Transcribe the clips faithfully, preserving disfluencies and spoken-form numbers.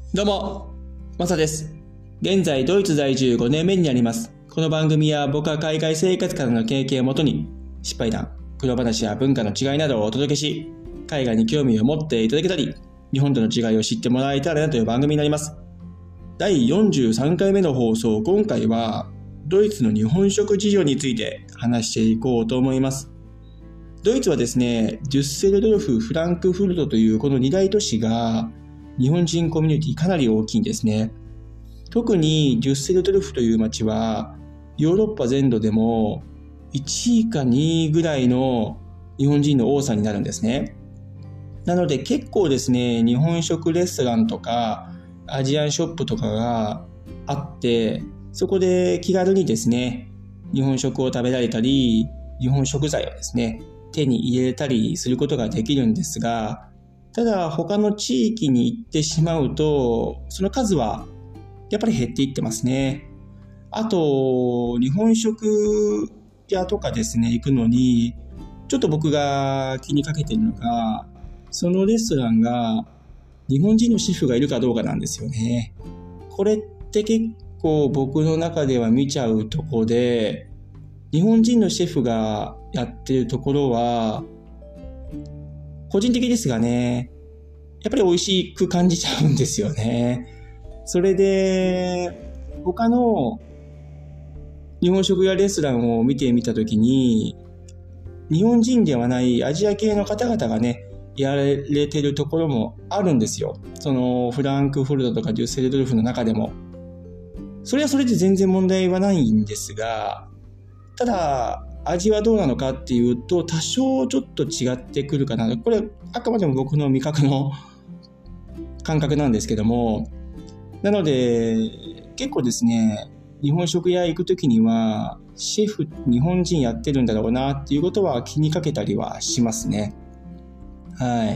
どうも、マサです。現在ドイツ在住ごねんめになります。この番組は僕は海外生活からの経験をもとに失敗談、苦労話や文化の違いなどをお届けし、海外に興味を持っていただけたり、日本との違いを知ってもらえたらなという番組になります。だいよんじゅうさんかいめの放送、今回はドイツの日本食事情について話していこうと思います。ドイツはですね、デュッセルドルフ、フランクフルトというこのに大都市が日本人コミュニティかなり大きいんですね。特にデュッセルドルフという街はヨーロッパ全土でもいちいかにいぐらいの日本人の多さになるんですね。なので結構ですね、日本食レストランとかアジアンショップとかがあって、そこで気軽にですね、日本食を食べられたり、日本食材をですね、手に入れたりすることができるんですが、ただ他の地域に行ってしまうと、その数はやっぱり減っていってますね。あと、日本食屋とかですね、行くのに、ちょっと僕が気にかけているのが、そのレストランが日本人のシェフがいるかどうかなんですよね。これって結構僕の中では見ちゃうところで、日本人のシェフがやってるところは、個人的ですがね、やっぱり美味しく感じちゃうんですよね。それで、他の日本食やレストランを見てみたときに、日本人ではないアジア系の方々がね、やられてるところもあるんですよ。そのフランクフルトとかデュッセルドルフの中でも。それはそれで全然問題はないんですが、ただ、味はどうなのかっていうと、多少ちょっと違ってくるかな。これ、あくまでも僕の味覚の感覚なんですけども、なので、結構ですね、日本食屋行くときには、シェフ、日本人やってるんだろうなっていうことは気にかけたりはしますね。はい。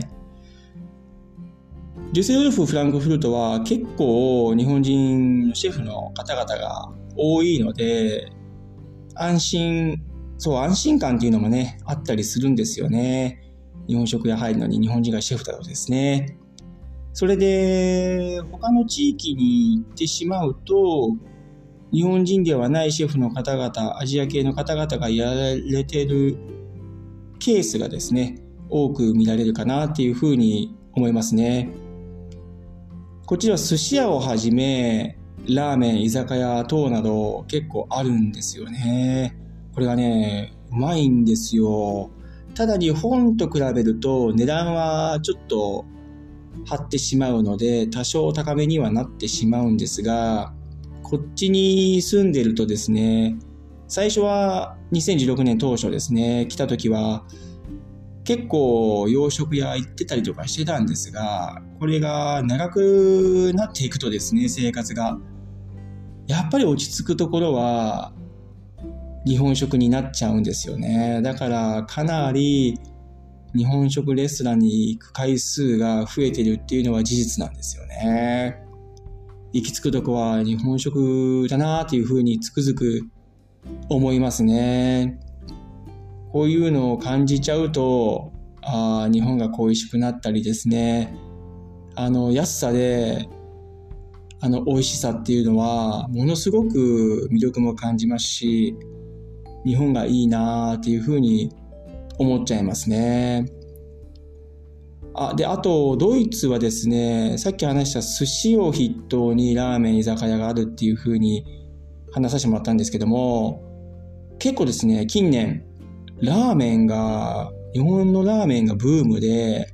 デュッセルドルフ、フランクフルトは結構日本人のシェフの方々が多いので、安心、そう、安心感っていうのもね、あったりするんですよね。日本食屋入るのに日本人がシェフだとですね。それで、他の地域に行ってしまうと、日本人ではないシェフの方々、アジア系の方々がやられているケースがですね、多く見られるかなっていうふうに思いますね。こっちは寿司屋をはじめ、ラーメン、居酒屋等など結構あるんですよね。これがね、うまいんですよ。ただ日本と比べると値段はちょっと張ってしまうので、多少高めにはなってしまうんですが、こっちに住んでるとですね、最初はにせんじゅうろくねん当初ですね、来た時は結構洋食屋行ってたりとかしてたんですが、これが長くなっていくとですね、生活がやっぱり落ち着くところは日本食になっちゃうんですよね。だからかなり日本食レストランに行く回数が増えてるっていうのは事実なんですよね。行き着くとこは日本食だなっていうふうにつくづく思いますね。こういうのを感じちゃうと、あ、日本が恋しくなったりですね。あの安さであの美味しさっていうのはものすごく魅力も感じますし、日本がいいなっていうふうに思っちゃいますね。あ、で、あとドイツはですね、さっき話した寿司を筆頭にラーメン居酒屋があるっていうふうに話させてもらったんですけども、結構ですね、近年ラーメンが日本のラーメンがブームで、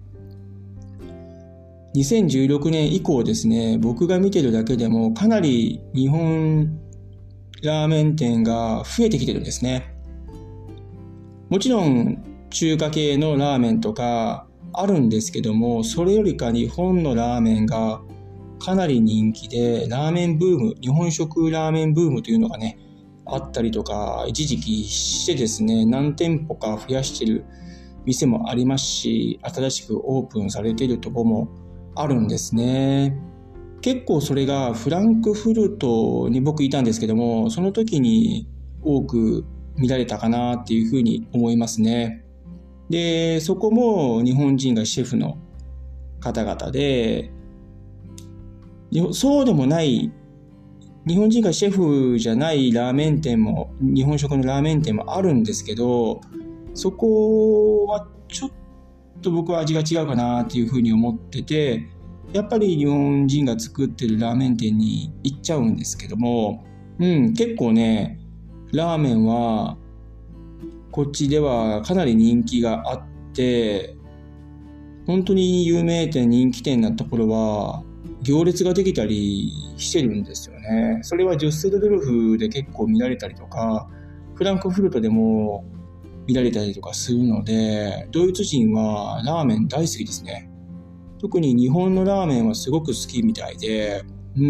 にせんじゅうろくねん以降ですね、僕が見てるだけでもかなり日本ラーメン店が増えてきてるんですね。もちろん中華系のラーメンとかあるんですけども、それよりか日本のラーメンがかなり人気で、ラーメンブーム、日本食ラーメンブームというのがね、あったりとか、一時期してですね、何店舗か増やしてる店もありますし、新しくオープンされているところもあるんですね。結構それがフランクフルトに僕いたんですけども、その時に多く見られたかなっていうふうに思いますね。で、そこも日本人がシェフの方々で、 そうでもない、日本人がシェフじゃないラーメン店も、日本食のラーメン店もあるんですけど、そこはちょっと僕は味が違うかなっていうふうに思ってて、やっぱり日本人が作ってるラーメン店に行っちゃうんですけども、うん、結構ね、ラーメンはこっちではかなり人気があって、本当に有名店、人気店なところは行列ができたりしてるんですよね。それはデュッセルドルフで結構見られたりとか、フランクフルトでも見られたりとかするので、ドイツ人はラーメン大好きですね。特に日本のラーメンはすごく好きみたいで、うん、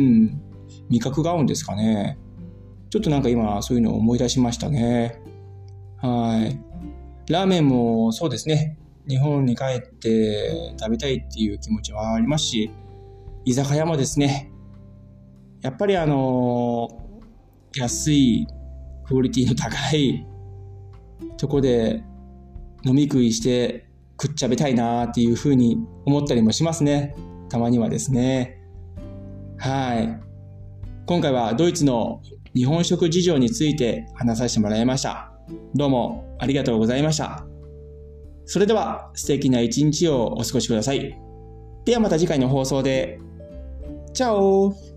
味覚が合うんですかね。ちょっとなんか今そういうのを思い出しましたね。はい。ラーメンもそうですね。日本に帰って食べたいっていう気持ちはありますし、居酒屋もですね、やっぱりあの安いクオリティの高いとこで飲み食いして食っちゃべたいなっていうふうに思ったりもしますね。たまにはですね。はい。今回はドイツの日本食事情について話させてもらいました。どうもありがとうございました。それでは素敵な一日をお過ごしください。ではまた次回の放送で。チャオ。